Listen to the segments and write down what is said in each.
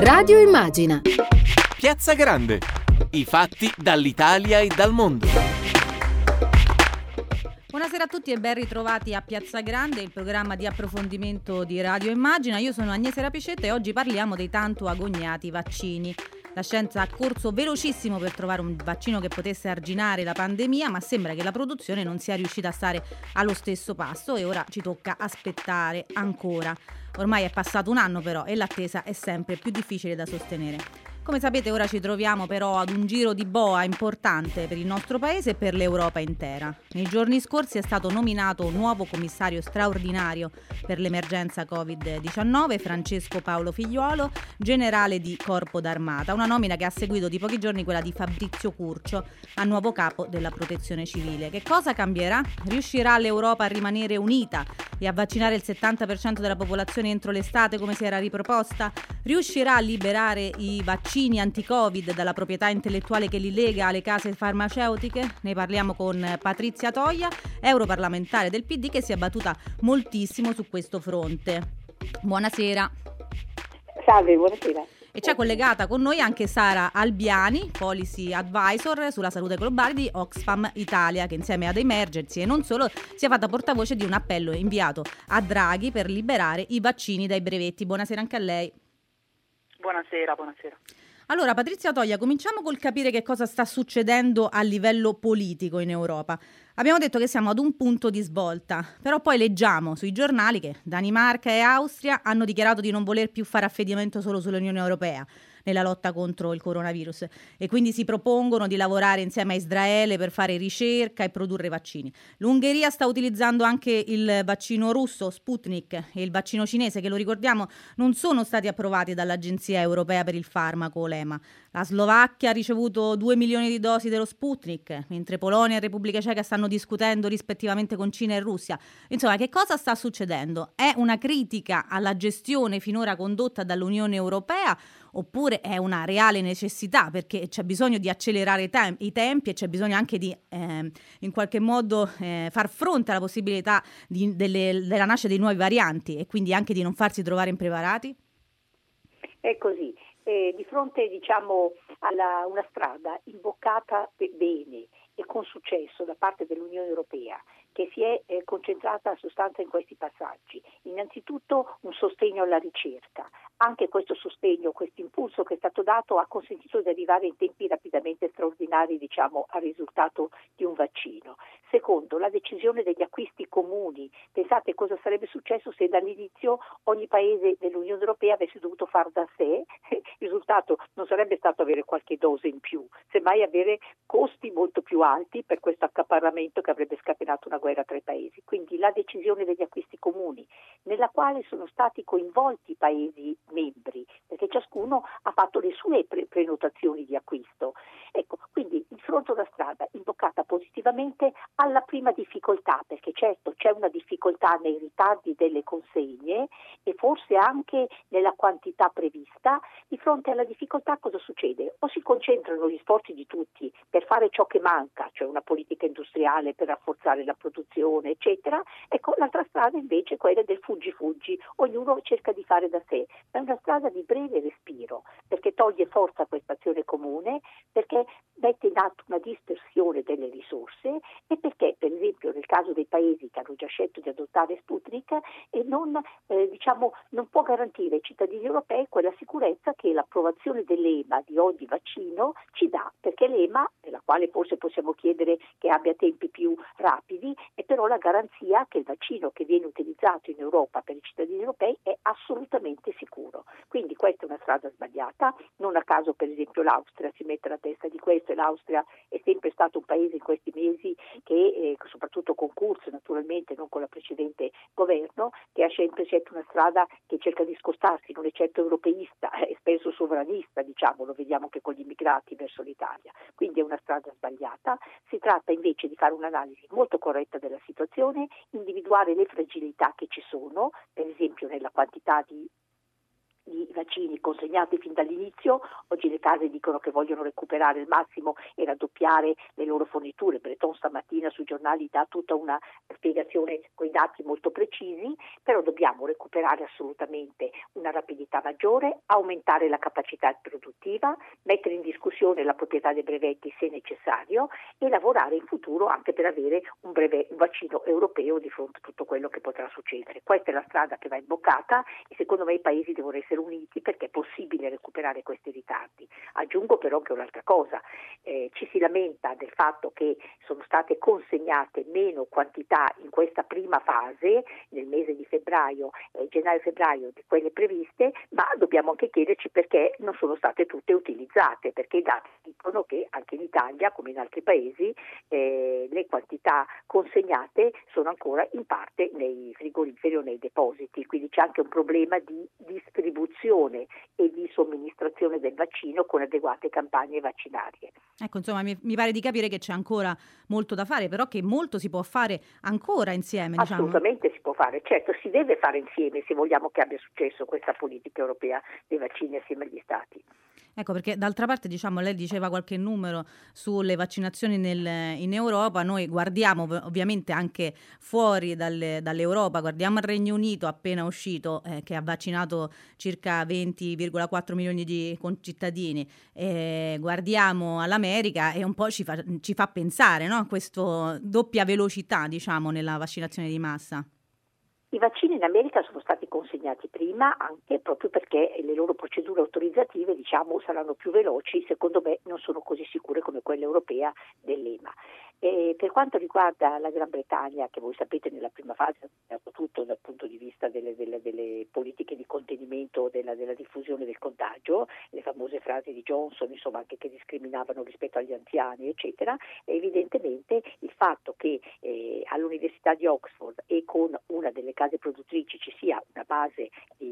Radio Immagina. Piazza Grande. I fatti dall'Italia e dal mondo. Buonasera a tutti e ben ritrovati a Piazza Grande, il programma di approfondimento di Radio Immagina. Io sono Agnese Rapicetta e oggi parliamo dei tanto agognati vaccini. La scienza ha corso velocissimo per trovare un vaccino che potesse arginare la pandemia, ma sembra che la produzione non sia riuscita a stare allo stesso passo e ora ci tocca aspettare ancora. Ormai è passato un anno però e l'attesa è sempre più difficile da sostenere. Come sapete ora ci troviamo però ad un giro di boa importante per il nostro paese e per l'Europa intera. Nei giorni scorsi è stato nominato un nuovo commissario straordinario per l'emergenza Covid-19, Francesco Paolo Figliuolo, generale di Corpo d'Armata, una nomina che ha seguito di pochi giorni quella di Fabrizio Curcio a nuovo capo della Protezione Civile. Che cosa cambierà? Riuscirà l'Europa a rimanere unita e a vaccinare il 70% della popolazione entro l'estate come si era riproposta? Riuscirà a liberare i vaccini anti-Covid dalla proprietà intellettuale che li lega alle case farmaceutiche? Ne parliamo con Patrizia Toia, europarlamentare del PD, che si è battuta moltissimo su questo fronte. Buonasera. Salve, buonasera. E c'è collegata con noi anche Sara Albiani, Policy Advisor sulla salute globale di Oxfam Italia, che insieme ad Emergency e non solo si è fatta portavoce di un appello inviato a Draghi per liberare i vaccini dai brevetti. Buonasera anche a lei. Buonasera. Allora, Patrizia Toia, cominciamo col capire che cosa sta succedendo a livello politico in Europa. Abbiamo detto che siamo ad un punto di svolta, però poi leggiamo sui giornali che Danimarca e Austria hanno dichiarato di non voler più fare affidamento solo sull'Unione Europea nella lotta contro il coronavirus e quindi si propongono di lavorare insieme a Israele per fare ricerca e produrre vaccini. L'Ungheria sta utilizzando anche il vaccino russo Sputnik e il vaccino cinese, che lo ricordiamo non sono stati approvati dall'Agenzia Europea per il Farmaco, l'EMA. La Slovacchia ha ricevuto 2 milioni di dosi dello Sputnik, mentre Polonia e Repubblica Ceca stanno discutendo rispettivamente con Cina e Russia. Insomma, che cosa sta succedendo? È una critica alla gestione finora condotta dall'Unione Europea oppure è una reale necessità, perché c'è bisogno di accelerare i tempi e c'è bisogno anche di in qualche modo far fronte alla possibilità della nascita di nuovi varianti e quindi anche di non farsi trovare impreparati? È così. Di fronte a una strada imboccata bene e con successo da parte dell'Unione Europea, che si è concentrata a sostanza in questi passaggi. Innanzitutto un sostegno alla ricerca. Anche questo sostegno, questo impulso che è stato dato ha consentito di arrivare in tempi rapidamente straordinari, al risultato di un vaccino. Secondo, la decisione degli acquisti comuni. Pensate cosa sarebbe successo se dall'inizio ogni paese dell'Unione Europea avesse dovuto far da sé. Il risultato non sarebbe stato avere qualche dose in più, semmai avere costi molto più alti per questo accaparramento che avrebbe scatenato una guerra tra i paesi. Quindi la decisione degli acquisti comuni, nella quale sono stati coinvolti i paesi membri, perché ciascuno ha fatto le sue prenotazioni di acquisto. Ecco, quindi di fronte a una strada imboccata positivamente alla prima difficoltà, perché certo c'è una difficoltà nei ritardi delle consegne e forse anche nella quantità prevista. Di fronte alla difficoltà cosa succede? O si concentrano gli sforzi di tutti per fare ciò che manca, cioè una politica industriale per rafforzare la produzione, eccetera. Ecco, l'altra strada invece è quella del fuggi, ognuno cerca di fare da sé. È una strada di breve respiro, perché toglie forza a questa azione comune, perché mette in atto una dispersione delle risorse e perché, per esempio, nel caso dei paesi che hanno già scelto di adottare Sputnik, non può garantire ai cittadini europei quella sicurezza che l'approvazione dell'EMA di ogni vaccino ci dà, perché l'EMA, della quale forse possiamo chiedere che abbia tempi più rapidi, è però la garanzia che il vaccino che viene utilizzato in Europa per i cittadini europei è assolutamente sicuro. Quindi questa è una strada sbagliata, non a caso per esempio l'Austria si mette alla testa di questo, e l'Austria è sempre stato un paese in questi mesi che, soprattutto con Kurz naturalmente, non con la precedente governo, che ha sempre scelto una strada che cerca di scostarsi, non è certo europeista, è spesso sovranista, lo vediamo anche con gli immigrati verso l'Italia. Quindi è una strada sbagliata. Si tratta invece di fare un'analisi molto corretta della situazione, individuare le fragilità che ci sono, per esempio nella quantità di i vaccini consegnati fin dall'inizio. Oggi le case dicono che vogliono recuperare il massimo e raddoppiare le loro forniture. Breton stamattina sui giornali dà tutta una spiegazione con i dati molto precisi, però dobbiamo recuperare assolutamente una rapidità maggiore, aumentare la capacità produttiva, mettere in discussione la proprietà dei brevetti se necessario e lavorare in futuro anche per avere un vaccino europeo di fronte a tutto quello che potrà succedere. Questa è la strada che va imboccata e secondo me i paesi devono essere uniti perché è possibile recuperare questi ritardi. Aggiungo però anche un'altra cosa, ci si lamenta del fatto che sono state consegnate meno quantità in questa prima fase, nel mese di febbraio, gennaio-febbraio, di quelle previste, ma dobbiamo anche chiederci perché non sono state tutte utilizzate, perché i dati dicono che anche in Italia, come in altri paesi, le quantità consegnate sono ancora in parte nei frigoriferi o nei depositi, quindi c'è anche un problema di distribuzione e di somministrazione del vaccino con adeguate campagne vaccinarie. Ecco, insomma, mi pare di capire che c'è ancora molto da fare, però che molto si può fare ancora insieme, diciamo. Assolutamente si può fare, certo, si deve fare insieme se vogliamo che abbia successo questa politica europea dei vaccini assieme agli Stati. Ecco, perché d'altra parte, diciamo, lei diceva qualche numero sulle vaccinazioni in Europa, noi guardiamo ovviamente anche fuori dall'Europa, guardiamo il Regno Unito appena uscito, che ha vaccinato circa 20,4 milioni di concittadini, guardiamo all'America e un po' ci fa pensare, no? Questa doppia velocità, diciamo, nella vaccinazione di massa. I vaccini in America sono stati consegnati prima anche proprio perché le loro procedure autorizzative, diciamo, saranno più veloci, secondo me non sono così sicure come quella europea dell'EMA. Per quanto riguarda la Gran Bretagna, che voi sapete nella prima fase ha fatto tutto dal punto di vista delle politiche di contenimento della diffusione del contagio, le famose frasi di Johnson, insomma, anche che discriminavano rispetto agli anziani, eccetera, evidentemente il fatto che all'Università di Oxford e con una delle case produttrici ci sia una base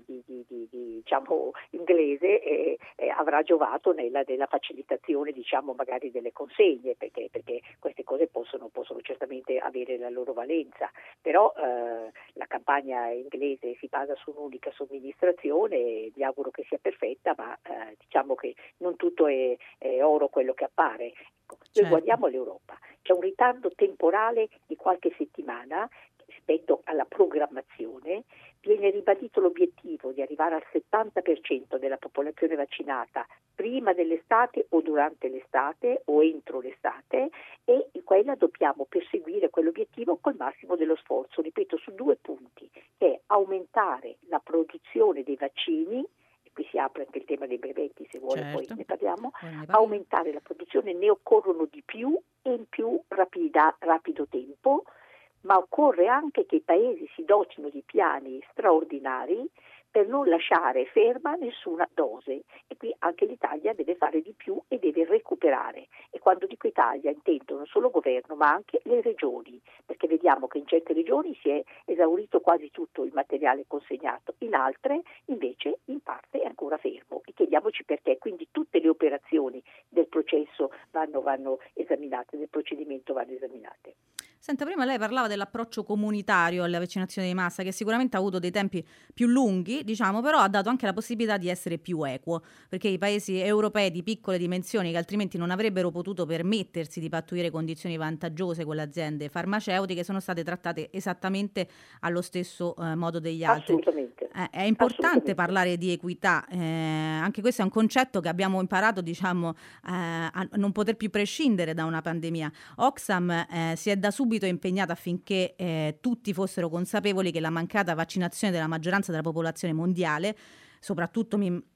diciamo inglese avrà giovato nella facilitazione, diciamo, magari delle consegne, perché queste cose possono certamente avere la loro valenza, però la campagna inglese si basa su un'unica somministrazione e mi auguro che sia perfetta, ma diciamo che non tutto è oro quello che appare. Ecco, certo. Noi guardiamo l'Europa, c'è un ritardo temporale di qualche settimana rispetto alla programmazione, viene ribadito l'obiettivo di arrivare al 70% della popolazione vaccinata prima dell'estate o durante l'estate o entro l'estate e quella dobbiamo perseguire quell'obiettivo col massimo dello sforzo, ripeto, su 2 punti, che è aumentare la produzione dei vaccini, e qui si apre anche il tema dei brevetti, se vuole certo. poi ne parliamo, aumentare la produzione, ne occorrono di più e in più rapido tempo, ma occorre anche che i paesi si dotino di piani straordinari per non lasciare ferma nessuna dose e qui anche l'Italia deve fare di più e deve recuperare e quando dico Italia intendo non solo il governo ma anche le regioni, perché vediamo che in certe regioni si è esaurito quasi tutto il materiale consegnato, in altre invece in parte è ancora fermo e chiediamoci perché, quindi tutte le operazioni del processo vanno esaminate, del procedimento vanno esaminate. Senta, prima lei parlava dell'approccio comunitario alla vaccinazione di massa, che sicuramente ha avuto dei tempi più lunghi, diciamo, però ha dato anche la possibilità di essere più equo, perché i paesi europei di piccole dimensioni, che altrimenti non avrebbero potuto permettersi di pattuire condizioni vantaggiose con le aziende farmaceutiche, sono state trattate esattamente allo stesso modo degli altri. Assolutamente. È importante parlare di equità, anche questo è un concetto che abbiamo imparato, diciamo, a non poter più prescindere da una pandemia. Oxfam si è da subito impegnata affinché tutti fossero consapevoli che la mancata vaccinazione della maggioranza della popolazione mondiale, soprattutto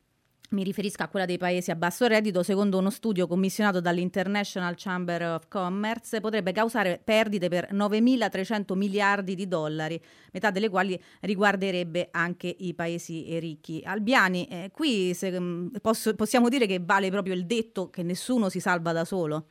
mi riferisco a quella dei paesi a basso reddito, secondo uno studio commissionato dall'International Chamber of Commerce, potrebbe causare perdite per 9.300 miliardi di dollari, metà delle quali riguarderebbe anche i paesi ricchi. Albiani, qui possiamo dire che vale proprio il detto che nessuno si salva da solo?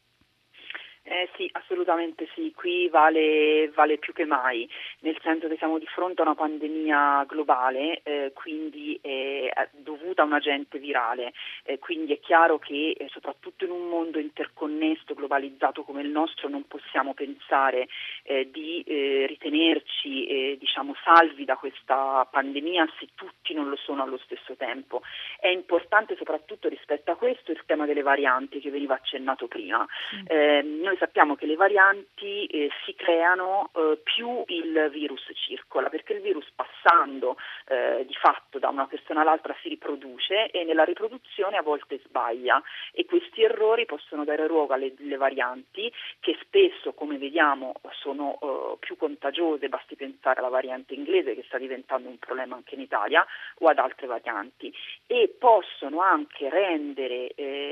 Sì, assolutamente sì, qui vale più che mai, nel senso che siamo di fronte a una pandemia globale, quindi dovuta a un agente virale, quindi è chiaro che soprattutto in un mondo interconnesso, globalizzato come il nostro, non possiamo pensare di ritenerci diciamo salvi da questa pandemia se tutti non lo sono allo stesso tempo. È importante soprattutto rispetto a questo il tema delle varianti che veniva accennato prima. Noi sappiamo che le varianti si creano più il virus circola, perché il virus passando di fatto da una persona all'altra si riproduce e nella riproduzione a volte sbaglia, e questi errori possono dare luogo alle varianti che spesso, come vediamo, sono più contagiose. Basti pensare alla variante inglese che sta diventando un problema anche in Italia, o ad altre varianti, e possono anche rendere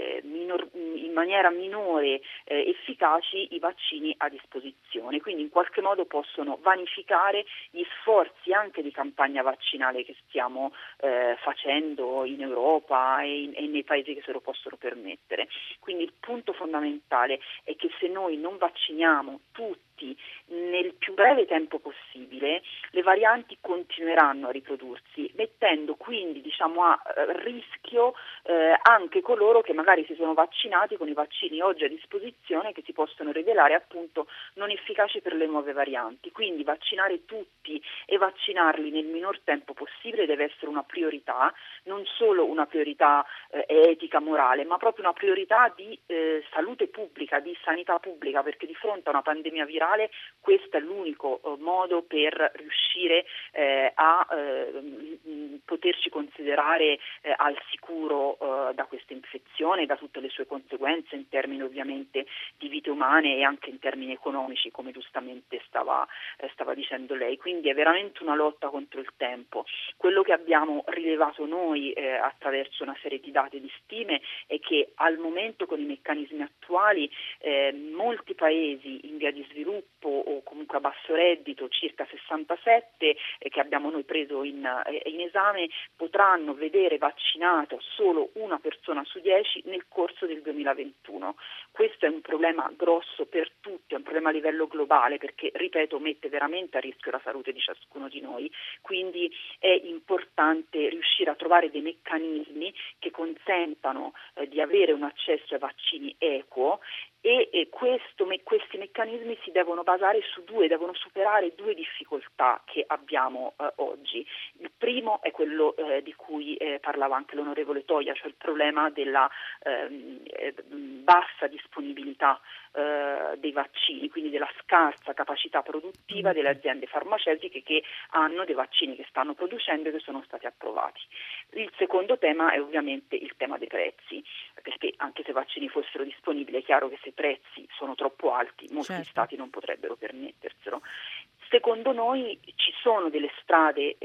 in maniera minore efficaci i vaccini a disposizione, quindi in qualche modo possono vanificare gli sforzi anche di campagna vaccinale che stiamo facendo in Europa e nei paesi che se lo possono permettere. Quindi il punto fondamentale è che se noi non vacciniamo tutti nel più breve tempo possibile, le varianti continueranno a riprodursi, mettendo quindi a rischio anche coloro che magari si sono vaccinati con i vaccini oggi a disposizione, che si possono rivelare appunto non efficaci per le nuove varianti. Quindi vaccinare tutti e vaccinarli nel minor tempo possibile deve essere una priorità, non solo una priorità etica, morale, ma proprio una priorità di salute pubblica, di sanità pubblica, perché di fronte a una pandemia virale questo è l'unico modo per riuscire a poterci considerare al sicuro da questa infezione, da tutte le sue conseguenze in termini ovviamente di vite umane e anche in termini economici, come giustamente stava dicendo lei. Quindi è veramente una lotta contro il tempo. Quello che abbiamo rilevato noi attraverso una serie di dati e di stime è che al momento, con i meccanismi attuali, molti paesi in via di sviluppo o comunque a basso reddito, circa 67 che abbiamo noi preso in esame, potranno vedere vaccinata solo una persona su 10 nel corso del 2021. Questo è un problema grosso per tutti, è un problema a livello globale, perché, ripeto, mette veramente a rischio la salute di ciascuno di noi. Quindi è importante riuscire a trovare dei meccanismi che consentano di avere un accesso ai vaccini equo, e questi meccanismi si devono basare devono superare due difficoltà che abbiamo oggi. Il primo è quello di cui parlava anche l'onorevole Toia, cioè il problema della bassa disponibilità dei vaccini, quindi della scarsa capacità produttiva delle aziende farmaceutiche che hanno dei vaccini che stanno producendo e che sono stati approvati. Il secondo tema è ovviamente il tema dei prezzi, perché anche se i vaccini fossero disponibili è chiaro che se i prezzi sono troppo alti molti stati non potrebbero permetterselo. Secondo noi ci sono delle strade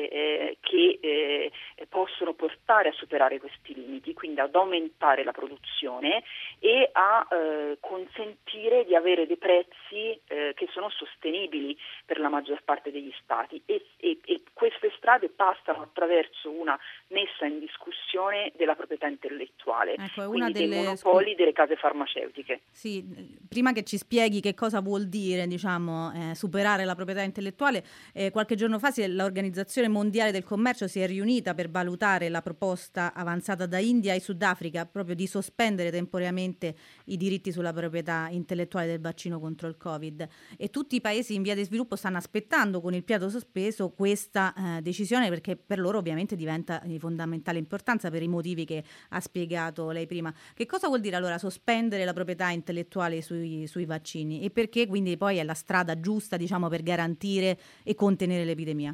che possono portare a superare questi limiti, quindi ad aumentare la produzione e a consentire di avere dei prezzi che sono sostenibili per la maggior parte degli stati, e queste strade passano attraverso una messa in discussione della proprietà intellettuale, ecco, quindi dei monopoli delle case farmaceutiche. Sì, prima che ci spieghi che cosa vuol dire, superare la proprietà intellettuale, qualche giorno fa l'Organizzazione Mondiale del Commercio si è riunita per valutare la proposta avanzata da India e Sudafrica proprio di sospendere temporaneamente i diritti sulla proprietà intellettuale del vaccino contro il Covid, e tutti i paesi in via di sviluppo stanno aspettando con il fiato sospeso questa decisione, perché per loro ovviamente diventa di fondamentale importanza per i motivi che ha spiegato lei prima. Che cosa vuol dire allora sospendere la proprietà intellettuale sui vaccini, e perché quindi poi è la strada giusta per garantire e contenere l'epidemia?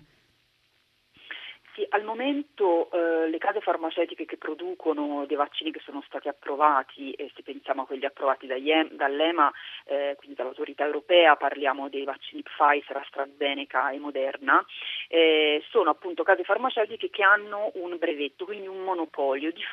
Sì, al momento le case farmaceutiche che producono dei vaccini che sono stati approvati, e se pensiamo a quelli approvati dall'EMA, quindi dall'autorità europea, parliamo dei vaccini Pfizer, AstraZeneca e Moderna, sono appunto case farmaceutiche che hanno un brevetto, quindi un monopolio. Di fatto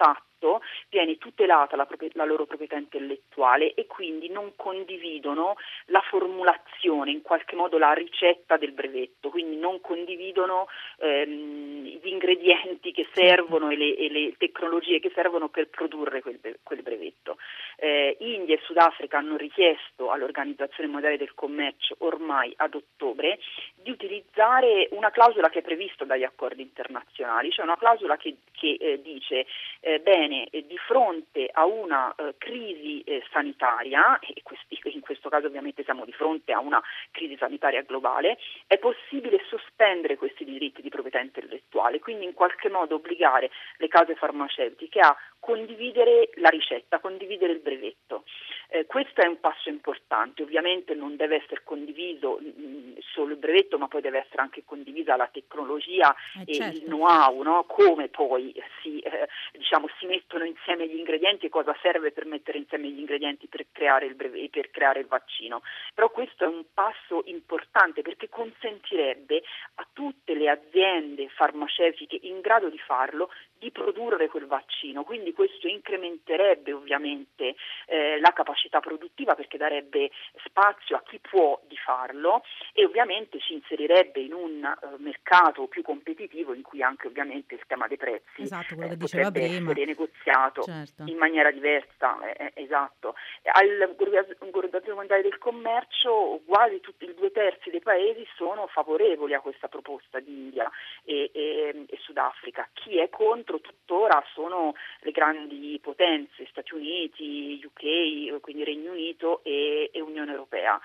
brevetto viene tutelata la loro proprietà intellettuale e quindi non condividono la formulazione, in qualche modo la ricetta del brevetto, quindi non condividono gli ingredienti che servono e le tecnologie che servono per produrre quel brevetto. India e Sudafrica hanno richiesto all'Organizzazione Mondiale del Commercio ormai ad ottobre di utilizzare una clausola che è prevista dagli accordi internazionali, cioè una clausola che dice di fronte a una crisi sanitaria, e in questo caso ovviamente siamo di fronte a una crisi sanitaria globale, è possibile sospendere questi diritti di proprietà intellettuale, quindi in qualche modo obbligare le case farmaceutiche a condividere la ricetta, condividere il brevetto. Questo è un passo importante, ovviamente non deve essere condiviso solo il brevetto, ma poi deve essere anche condivisa la tecnologia e il know-how, no? Come poi si mettono insieme gli ingredienti e cosa serve per mettere insieme gli ingredienti per creare il vaccino. Però questo è un passo importante perché consentirebbe a tutte le aziende farmaceutiche in grado di farlo di produrre quel vaccino, quindi questo incrementerebbe ovviamente la capacità produttiva perché darebbe spazio a chi può di farlo e ovviamente ci inserirebbe in un mercato più competitivo in cui anche ovviamente il tema dei prezzi potrebbe essere negoziato in maniera diversa. Esatto. All'Organizzazione Mondiale del Commercio quasi tutti i 2/3 dei paesi sono favorevoli a questa proposta di India e Sudafrica. Chi è contro tuttora sono le grandi potenze, Stati Uniti, UK, quindi Regno Unito e Unione Europea.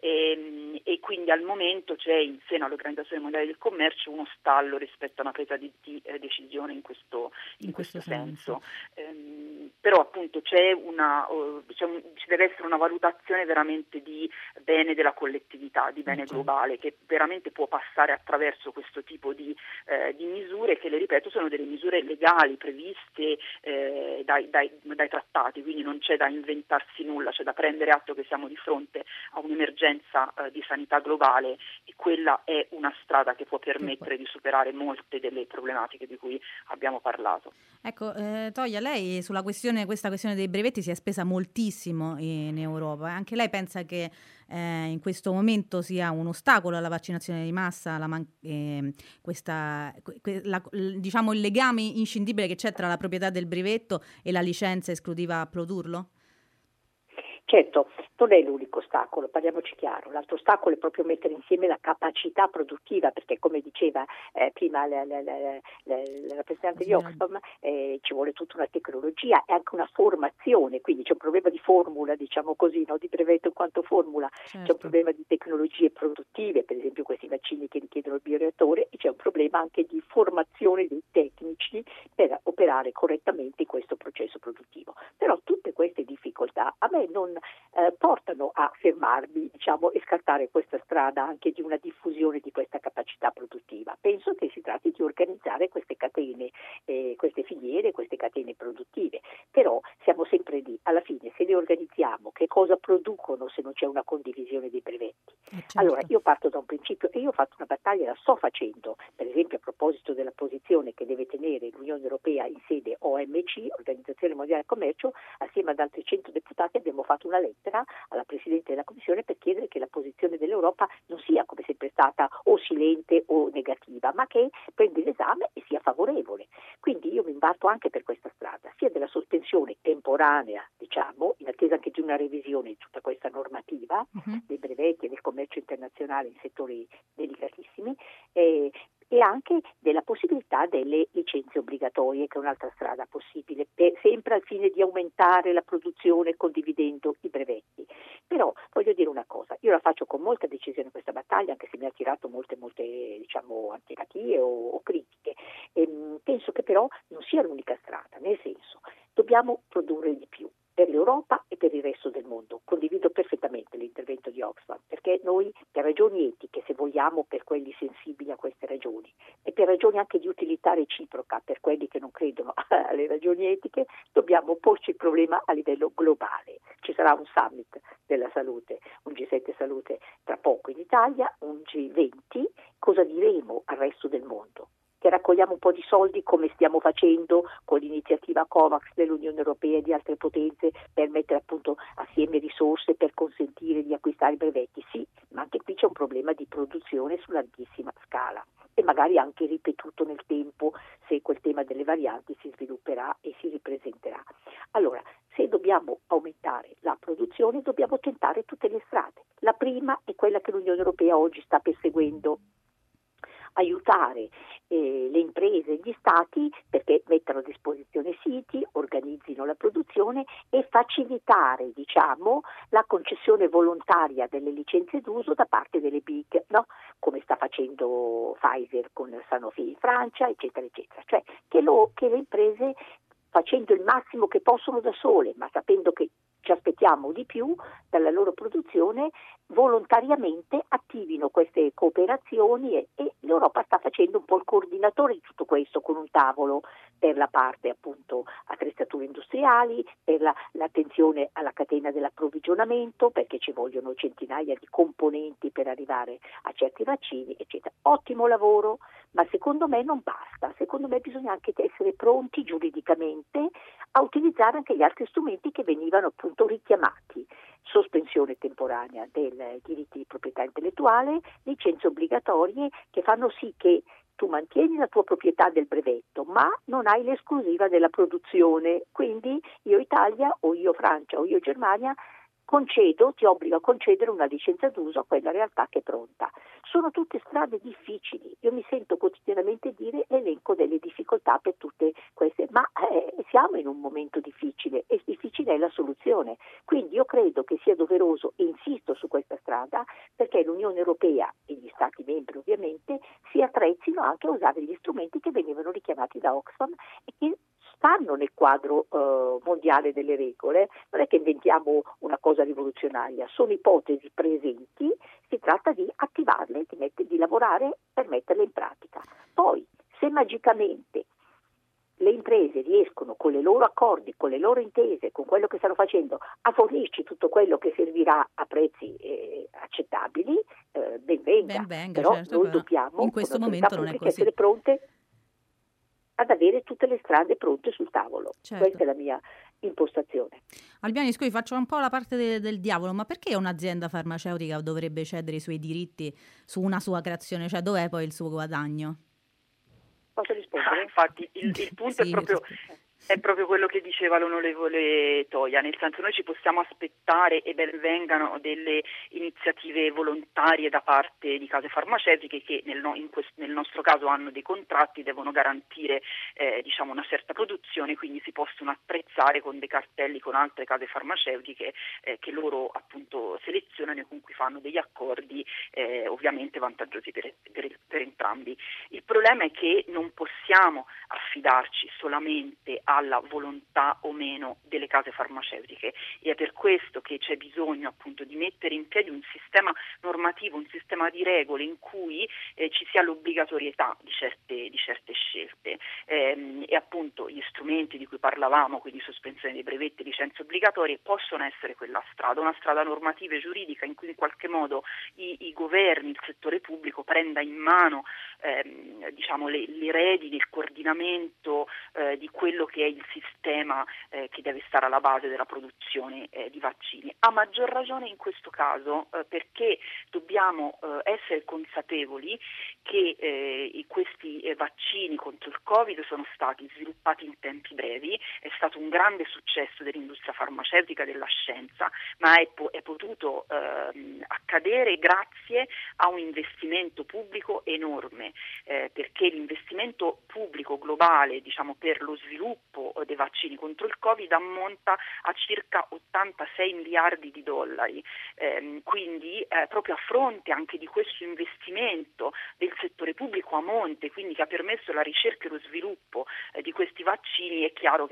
E quindi al momento c'è in seno all'Organizzazione Mondiale del Commercio uno stallo rispetto a una presa di decisione in questo senso. Però appunto ci deve essere una valutazione veramente di bene della collettività, di bene globale, che veramente può passare attraverso questo tipo di misure che, le ripeto, sono delle misure legali previste dai trattati, quindi non c'è da inventarsi nulla, c'è da prendere atto che siamo di fronte a un'emergenza di sanità globale e quella è una strada che può permettere di superare molte delle problematiche di cui abbiamo parlato. Ecco, Toia, lei sulla questa questione dei brevetti si è spesa moltissimo in Europa. Anche lei pensa che in questo momento sia un ostacolo alla vaccinazione di massa, diciamo il legame inscindibile che c'è tra la proprietà del brevetto e la licenza esclusiva a produrlo? Certo, non è l'unico ostacolo, parliamoci chiaro. L'altro ostacolo è proprio mettere insieme la capacità produttiva, perché come diceva prima la rappresentante di Oxfam, ci vuole tutta una tecnologia e anche una formazione, quindi c'è un problema di formula, diciamo così, no? Di brevetto in quanto formula, C'è un problema di tecnologie produttive, per esempio questi vaccini che richiedono il bioreattore, e c'è un problema anche di formazione dei tecnici per operare correttamente in questo processo produttivo. Però tutte queste difficoltà a me non portano a fermarmi, diciamo, e scartare questa strada anche di una diffusione di questa capacità produttiva. Penso che si tratti di organizzare queste catene, queste filiere, queste catene produttive. Però siamo sempre lì, alla fine se le organizziamo, che cosa producono se non c'è una condivisione dei brevetti? Certo. Allora io parto da un principio e io ho fatto una battaglia, la sto facendo, per esempio a proposito della posizione che deve tenere l'Unione Europea in sede OMC, Organizzazione Mondiale del Commercio, assieme ad altri 100 deputati abbiamo fatto una lettera alla Presidente della Commissione per chiedere che la posizione dell'Europa non sia come sempre stata o silente o negativa, ma che prenda l'esame e sia favorevole. Quindi io mi imbatto anche per questa strada, sia della sospensione temporanea, diciamo, in attesa anche di una revisione di tutta questa normativa dei brevetti e del commercio internazionale in settori delicatissimi, e anche della possibilità delle licenze obbligatorie, che è un'altra strada possibile, sempre al fine di aumentare la produzione condividendo i brevetti. Però voglio dire una cosa, io la faccio con molta decisione questa battaglia, anche se mi ha tirato molte diciamo antipatie o critiche. Penso che però non sia l'unica strada, nel senso, dobbiamo produrre di più per l'Europa e per il resto del mondo. Condivido perfettamente l'intervento di Oxfam, perché noi, per ragioni etiche, se vogliamo, per quelli sensibili a queste ragioni, e per ragioni anche di utilità reciproca, per quelli che non credono alle ragioni etiche, dobbiamo porci il problema a livello globale. Ci sarà un summit della salute, un G7 salute tra poco in Italia, un G20, cosa diremo al resto del mondo? che raccogliamo un po' di soldi come stiamo facendo con l'iniziativa COVAX dell'Unione Europea e di altre potenze per mettere appunto assieme risorse per consentire di acquistare i brevetti. Sì, ma anche qui c'è un problema di produzione su larghissima scala e magari anche ripetuto nel tempo se quel tema delle varianti si svilupperà e si ripresenterà. Allora, se dobbiamo aumentare la produzione dobbiamo tentare tutte le strade. La prima è quella che l'Unione Europea oggi sta perseguendo, aiutare le imprese e gli stati perché mettano a disposizione siti, organizzino la produzione e facilitare, la concessione volontaria delle licenze d'uso da parte delle big, no? Come sta facendo Pfizer con Sanofi in Francia, eccetera, eccetera. Cioè che le imprese, facendo il massimo che possono da sole, ma sapendo che ci aspettiamo di più dalla loro produzione, volontariamente attivino queste cooperazioni e l'Europa sta facendo un po' il coordinatore di tutto questo con un tavolo per la parte appunto attrezzature industriali, per l'attenzione alla catena dell'approvvigionamento, perché ci vogliono centinaia di componenti per arrivare a certi vaccini, eccetera. Ottimo lavoro, ma secondo me non basta, secondo me bisogna anche essere pronti giuridicamente a utilizzare anche gli altri strumenti che venivano appunto richiamati: sospensione temporanea dei diritti di proprietà intellettuale, licenze obbligatorie che fanno sì che tu mantieni la tua proprietà del brevetto, ma non hai l'esclusiva della produzione. Quindi io Italia o io Francia o io Germania ti obbligo a concedere una licenza d'uso a quella realtà che è pronta. Sono tutte strade difficili, io mi sento quotidianamente dire l'elenco delle difficoltà per tutte queste, ma siamo in un momento difficile e difficile è la soluzione. Quindi io credo che sia doveroso e insisto su questa strada perché l'Unione Europea e gli Stati membri ovviamente si attrezzino anche a usare gli strumenti che venivano richiamati da Oxfam e che stanno nel quadro mondiale delle regole. Non è che inventiamo una cosa rivoluzionaria, sono ipotesi presenti, si tratta di attivarle, di lavorare per metterle in pratica. Poi, se magicamente le imprese riescono con i loro accordi, con le loro intese, con quello che stanno facendo, a fornirci tutto quello che servirà a prezzi accettabili, ben venga. Però certo, noi dobbiamo, in questo come momento autorità non è pubbliche, così. essere pronte ad avere tutte le strade pronte sul tavolo. Certo. Questa è la mia impostazione. Albiani, scusi, faccio un po' la parte del diavolo, ma perché un'azienda farmaceutica dovrebbe cedere i suoi diritti su una sua creazione? Cioè, dov'è poi il suo guadagno? Posso rispondere? Infatti il punto Sì, è proprio quello che diceva l'onorevole Toia, nel senso noi ci possiamo aspettare e ben vengano delle iniziative volontarie da parte di case farmaceutiche che nel nostro caso hanno dei contratti, devono garantire una certa produzione, quindi si possono attrezzare con dei cartelli con altre case farmaceutiche che loro appunto selezionano e con cui fanno degli accordi ovviamente vantaggiosi per entrambi. Il problema è che non possiamo affidarci solamente alla volontà o meno delle case farmaceutiche e è per questo che c'è bisogno appunto di mettere in piedi un sistema normativo, un sistema di regole in cui ci sia l'obbligatorietà di certe scelte e appunto gli strumenti di cui parlavamo, quindi sospensione dei brevetti, licenze obbligatorie, possono essere quella strada, una strada normativa e giuridica in cui in qualche modo i governi, il settore pubblico prenda in mano le redini, il coordinamento di quello che è il sistema che deve stare alla base della produzione di vaccini. A maggior ragione in questo caso perché dobbiamo essere consapevoli che questi vaccini contro il Covid sono stati sviluppati in tempi brevi, è stato un grande successo dell'industria farmaceutica, della scienza, ma è potuto accadere grazie a un investimento pubblico enorme, perché l'investimento pubblico globale per lo sviluppo dei vaccini contro il Covid ammonta a circa 86 miliardi di dollari, quindi proprio a fronte anche di questo investimento del settore pubblico a monte, quindi che ha permesso la ricerca e lo sviluppo di questi vaccini, è chiaro che poi ci deve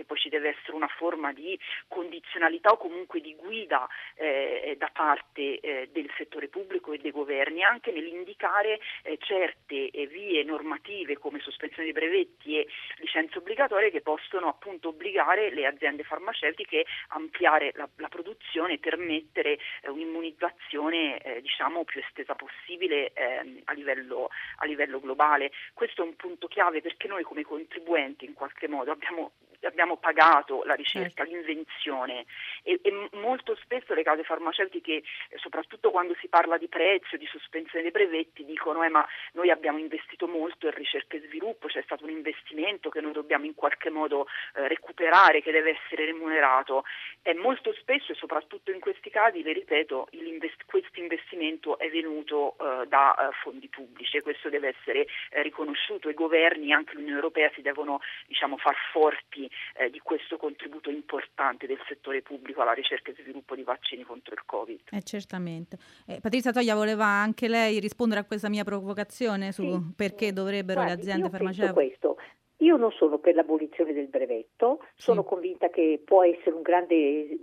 deve essere una forma di condizionalità o comunque di guida da parte del settore pubblico e dei governi, anche nell'indicare certe vie normative come sospensione dei brevetti e licenze obbligatorie che possono appunto obbligare le aziende farmaceutiche a ampliare la produzione e permettere un'immunizzazione diciamo più estesa possibile a livello globale. Questo è un punto chiave, perché noi come contribuenti in qualche modo abbiamo pagato la ricerca, l'invenzione e molto spesso le case farmaceutiche, soprattutto quando si parla di prezzo, di sospensione dei brevetti, dicono ma noi abbiamo investito molto in ricerca e sviluppo, c'è stato un investimento che noi dobbiamo in qualche modo recuperare, che deve essere remunerato. E molto spesso, e soprattutto in questi casi, le ripeto, questo investimento è venuto da fondi pubblici e questo deve essere riconosciuto. I governi, anche l'Unione Europea, si devono far forti di questo contributo importante del settore pubblico alla ricerca e sviluppo di vaccini contro il Covid. Certamente. Patrizia Toia, voleva anche lei rispondere a questa mia provocazione su perché dovrebbero le aziende farmaceutiche? Questo. Io non sono per l'abolizione del brevetto, sono convinta che può essere un grande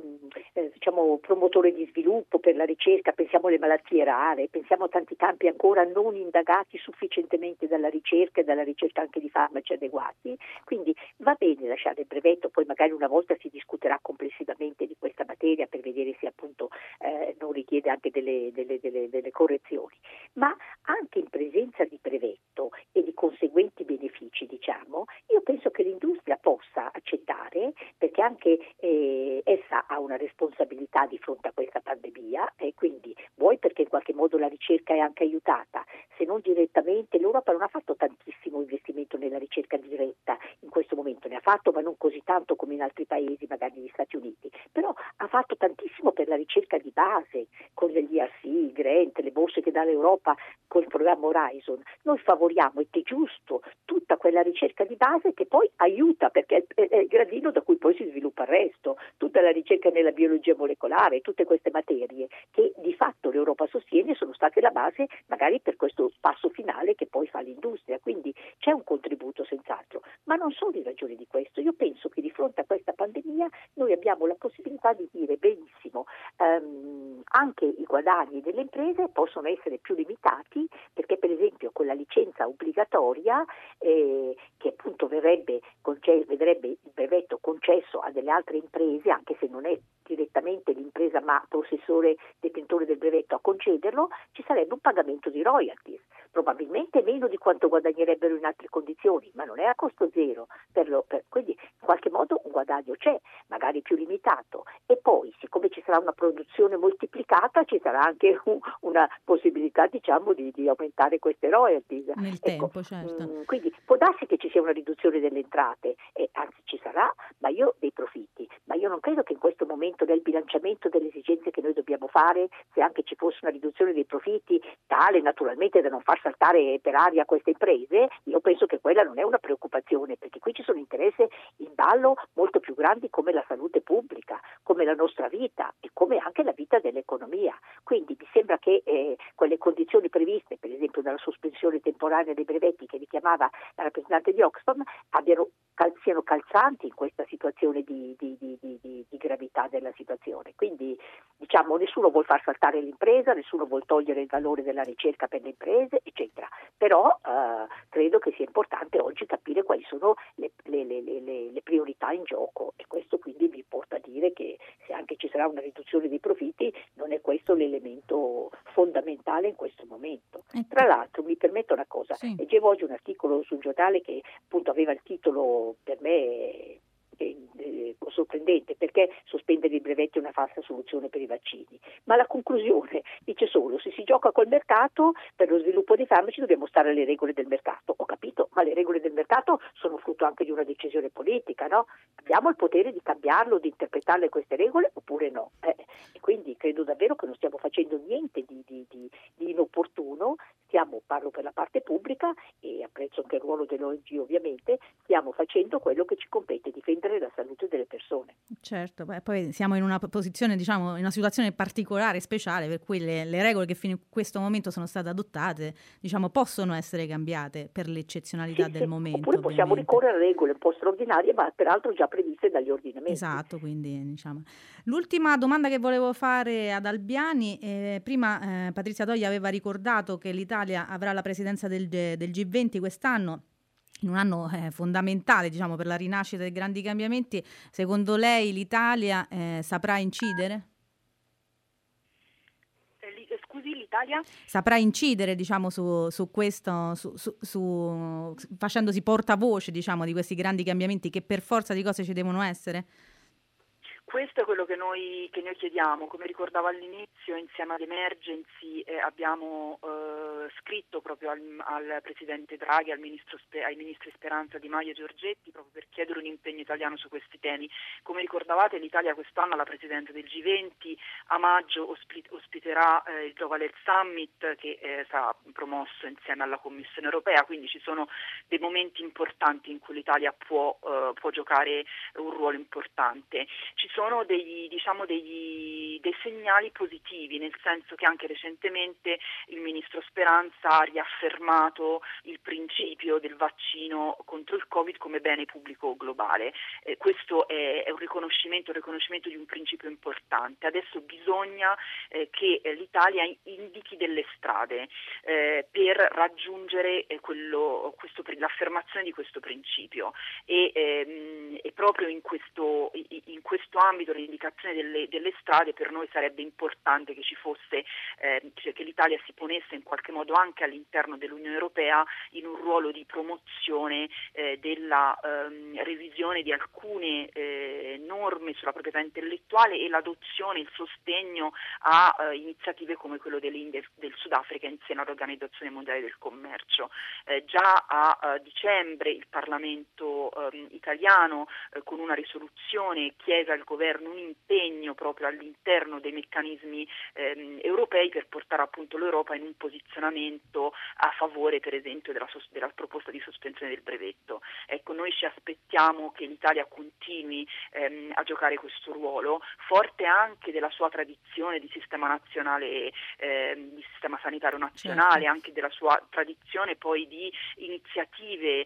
promotore di sviluppo per la ricerca, pensiamo alle malattie rare, pensiamo a tanti campi ancora non indagati sufficientemente dalla ricerca e dalla ricerca anche di farmaci adeguati, quindi va bene lasciare il brevetto, poi magari una volta si discuterà complessivamente di questa materia per vedere se appunto non richiede anche delle correzioni, ma anche in presenza di brevetto e di conseguenti benefici, io penso che l'industria possa accettare, perché anche essa ha una responsabilità di fronte a questa pandemia e quindi vuoi perché in qualche modo la ricerca è anche aiutata, se non direttamente. L'Europa non ha fatto tantissimo investimento nella ricerca diretta in questo momento, ne ha fatto ma non così tanto come in altri paesi, magari gli Stati Uniti, però ha fatto tantissimo per la ricerca di base con gli ERC, i grant, le borse che dà l'Europa con il programma Horizon. Noi favoriamo, ed è giusto, tutta quella ricerca di base che poi aiuta, perché è il gradino da cui poi si sviluppa il resto, tutta la ricerca nella biologia molecolare, tutte queste materie che di fatto l'Europa sostiene sono state la base magari per questo passo finale che poi fa l'industria, quindi c'è un contributo senz'altro, ma non solo in ragione di questo. Io penso che di fronte a questa pandemia noi abbiamo la possibilità di dire benissimo, anche i guadagni delle imprese possono essere più limitati, perché per esempio con la licenza obbligatoria che appunto vedrebbe il brevetto concesso a delle altre imprese, anche se non è direttamente l'impresa ma possessore detentore del brevetto a concederlo, ci sarebbe un pagamento di royalties, probabilmente meno di quanto guadagnerebbero in altre condizioni, ma non è a costo zero, quindi in qualche modo un guadagno c'è, magari più limitato, e poi siccome ci sarà una produzione moltiplicata ci sarà anche una possibilità di aumentare queste royalties nel tempo, certo. Quindi può darsi che ci sia una riduzione delle entrate, anzi ci sarà, dei profitti, ma io non credo che in questo momento nel bilanciamento delle esigenze che noi dobbiamo fare, se anche ci fosse una riduzione dei profitti tale naturalmente da non far saltare per aria queste imprese, io penso che quella non è una preoccupazione, perché qui ci sono interessi in ballo molto più grandi come la salute pubblica, come la nostra vita e come anche la vita dell'economia. Quindi mi sembra che quelle condizioni previste, per esempio dalla sospensione temporanea dei brevetti che richiamava la rappresentante di Oxfam, siano calzanti in questa situazione di gravità della situazione. Quindi nessuno vuol far saltare l'impresa, nessuno vuol togliere il valore della ricerca per le imprese, eccetera. Però credo che sia importante oggi capire quali sono le priorità in gioco, e questo quindi mi porta a dire che se anche ci sarà una riduzione dei profitti non è questo l'elemento fondamentale in questo momento. Tra l'altro mi permetto una cosa, leggevo oggi un articolo sul giornale che appunto aveva il titolo per me sorprendente, perché sospendere i brevetti è una falsa soluzione per i vaccini, ma la conclusione dice solo: se si gioca col mercato per lo sviluppo dei farmaci dobbiamo stare alle regole del mercato. Ho capito, ma le regole del mercato sono frutto anche di una decisione politica, no? Abbiamo il potere di cambiarlo, di interpretarle queste regole oppure no? E quindi credo davvero che non stiamo facendo niente di inopportuno, parlo per la parte pubblica apprezzo anche il ruolo dell'ONG ovviamente, stiamo facendo quello che ci compete, difendere la salute delle persone. persone. Certo, poi siamo in una posizione, diciamo, in una situazione particolare, speciale, per cui le regole che fino a questo momento sono state adottate, diciamo, possono essere cambiate per l'eccezionalità del momento. Oppure possiamo ricorrere a regole un po' straordinarie, ma peraltro già previste dagli ordinamenti. Esatto, quindi diciamo. L'ultima domanda che volevo fare ad Albiani, prima Patrizia Toia aveva ricordato che l'Italia avrà la presidenza del G20 quest'anno, in un anno fondamentale, diciamo, per la rinascita dei grandi cambiamenti. Secondo lei l'Italia saprà incidere? Scusi, l'Italia? Saprà incidere, diciamo, su questo, facendosi portavoce, diciamo, di questi grandi cambiamenti che per forza di cose ci devono essere? Questo è quello che noi chiediamo. Come ricordavo all'inizio, insieme ad Emergency abbiamo scritto proprio al Presidente Draghi, ai ministri Speranza, Di Maio e Giorgetti, proprio per chiedere un impegno italiano su questi temi. Come ricordavate, l'Italia quest'anno ha la presidenza del G20, a maggio ospiterà il Global Health Summit che sarà promosso insieme alla Commissione Europea, quindi ci sono dei momenti importanti in cui l'Italia può giocare un ruolo importante. Ci sono dei segnali positivi, nel senso che anche recentemente il ministro Speranza ha riaffermato il principio del vaccino contro il Covid come bene pubblico globale. Questo è un riconoscimento di un principio importante. Adesso bisogna che l'Italia indichi delle strade per raggiungere l'affermazione di questo principio e proprio in questo ambito, l'indicazione delle strade, per noi sarebbe importante che ci fosse, che l'Italia si ponesse in qualche modo anche all'interno dell'Unione Europea in un ruolo di promozione della revisione di alcune norme sulla proprietà intellettuale e l'adozione, il sostegno a iniziative come quello dell'India e del Sudafrica insieme all'Organizzazione Mondiale del Commercio. Già a dicembre il Parlamento italiano con una risoluzione chiese al governo un impegno proprio all'interno dei meccanismi europei per portare appunto l'Europa in un posizionamento a favore, per esempio, della proposta di sospensione del brevetto. Ecco, noi ci aspettiamo che l'Italia continui a giocare questo ruolo, forte anche della sua tradizione di sistema nazionale, di sistema sanitario nazionale, certo, anche della sua tradizione poi di iniziative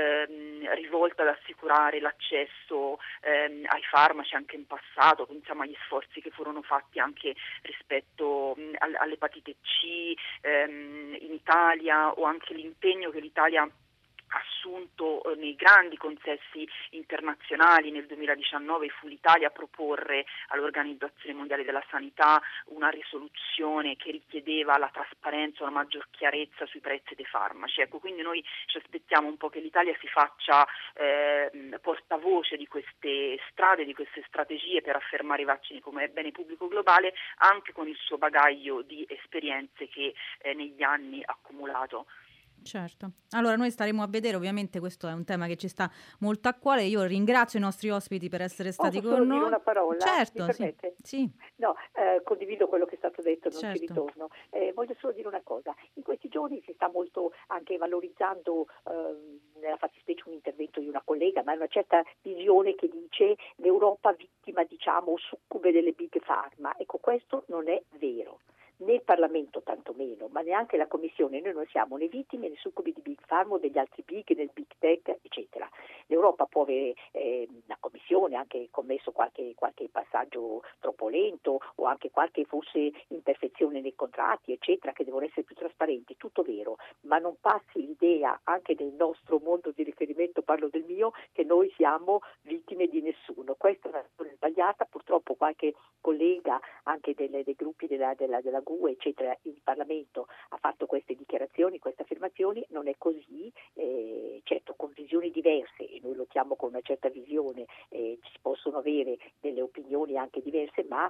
rivolte ad assicurare l'accesso ai farmaci anche in passato. Pensiamo agli sforzi che furono fatti anche rispetto all'epatite C in Italia, o anche l'impegno che l'Italia assunto nei grandi consessi internazionali. Nel 2019 fu l'Italia a proporre all'Organizzazione Mondiale della Sanità una risoluzione che richiedeva la trasparenza, una maggior chiarezza sui prezzi dei farmaci. Ecco, quindi noi ci aspettiamo un po' che l'Italia si faccia portavoce di queste strade, di queste strategie per affermare i vaccini come bene pubblico globale, anche con il suo bagaglio di esperienze che negli anni ha accumulato. Certo. Allora noi staremo a vedere, ovviamente questo è un tema che ci sta molto a cuore. Io ringrazio i nostri ospiti per essere stati con noi. Dire una parola? Certo, mi permette? Sì. No, condivido quello che è stato detto, non certo. ci ritorno. Voglio solo dire una cosa. In questi giorni si sta molto anche valorizzando, nella fattispecie un intervento di una collega, ma è una certa visione che dice l'Europa vittima, diciamo, succube delle big pharma. Ecco, questo non è vero. Né il Parlamento tantomeno, ma neanche la Commissione. Noi non siamo né vittime né succubi di Big Pharma o degli altri big, del Big Tech, eccetera. L'Europa può avere, la Commissione ha anche commesso qualche passaggio troppo lento o anche qualche forse imperfezione nei contratti, eccetera, che devono essere più trasparenti, tutto vero, ma non passi l'idea anche nel nostro mondo di riferimento, parlo del mio, che noi siamo vittime di nessuno. Questa è una storia sbagliata. Purtroppo qualche collega anche dei gruppi della GUE, eccetera, in Parlamento ha fatto queste dichiarazioni, queste affermazioni. Non è così, certo con visioni diverse, e noi lottiamo con una certa visione, ci possono avere delle opinioni anche diverse, ma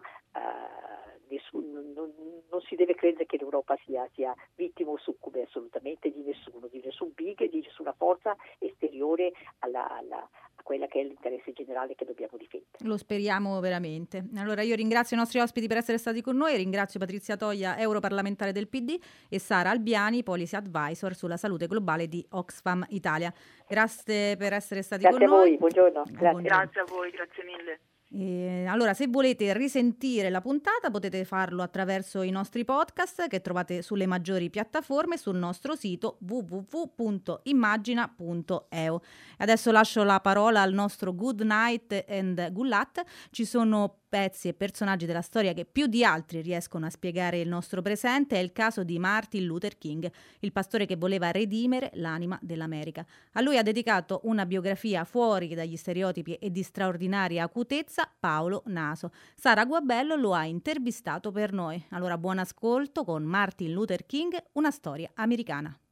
non si deve credere che l'Europa sia vittima o succube assolutamente di nessuno, di nessun big e di nessuna forza esteriore a quella che è l'interesse generale che dobbiamo difendere. Lo speriamo veramente. Allora io ringrazio i nostri ospiti per essere stati con noi, ringrazio Patrizia Toia, europarlamentare del PD, e Sara Albiani, Policy Advisor sulla salute globale di Oxfam Italia. Grazie per essere stati con noi. Grazie a voi, buongiorno. Grazie a voi, grazie mille. Allora, se volete risentire la puntata potete farlo attraverso i nostri podcast che trovate sulle maggiori piattaforme, sul nostro sito www.immagina.eu. Adesso lascio la parola al nostro Good Night and Gulat. Ci sono pezzi e personaggi della storia che più di altri riescono a spiegare il nostro presente. È il caso di Martin Luther King, il pastore che voleva redimere l'anima dell'America. A lui ha dedicato una biografia fuori dagli stereotipi e di straordinaria acutezza Paolo Naso. Sara Guabello lo ha intervistato per noi. Allora buon ascolto con Martin Luther King, una storia americana.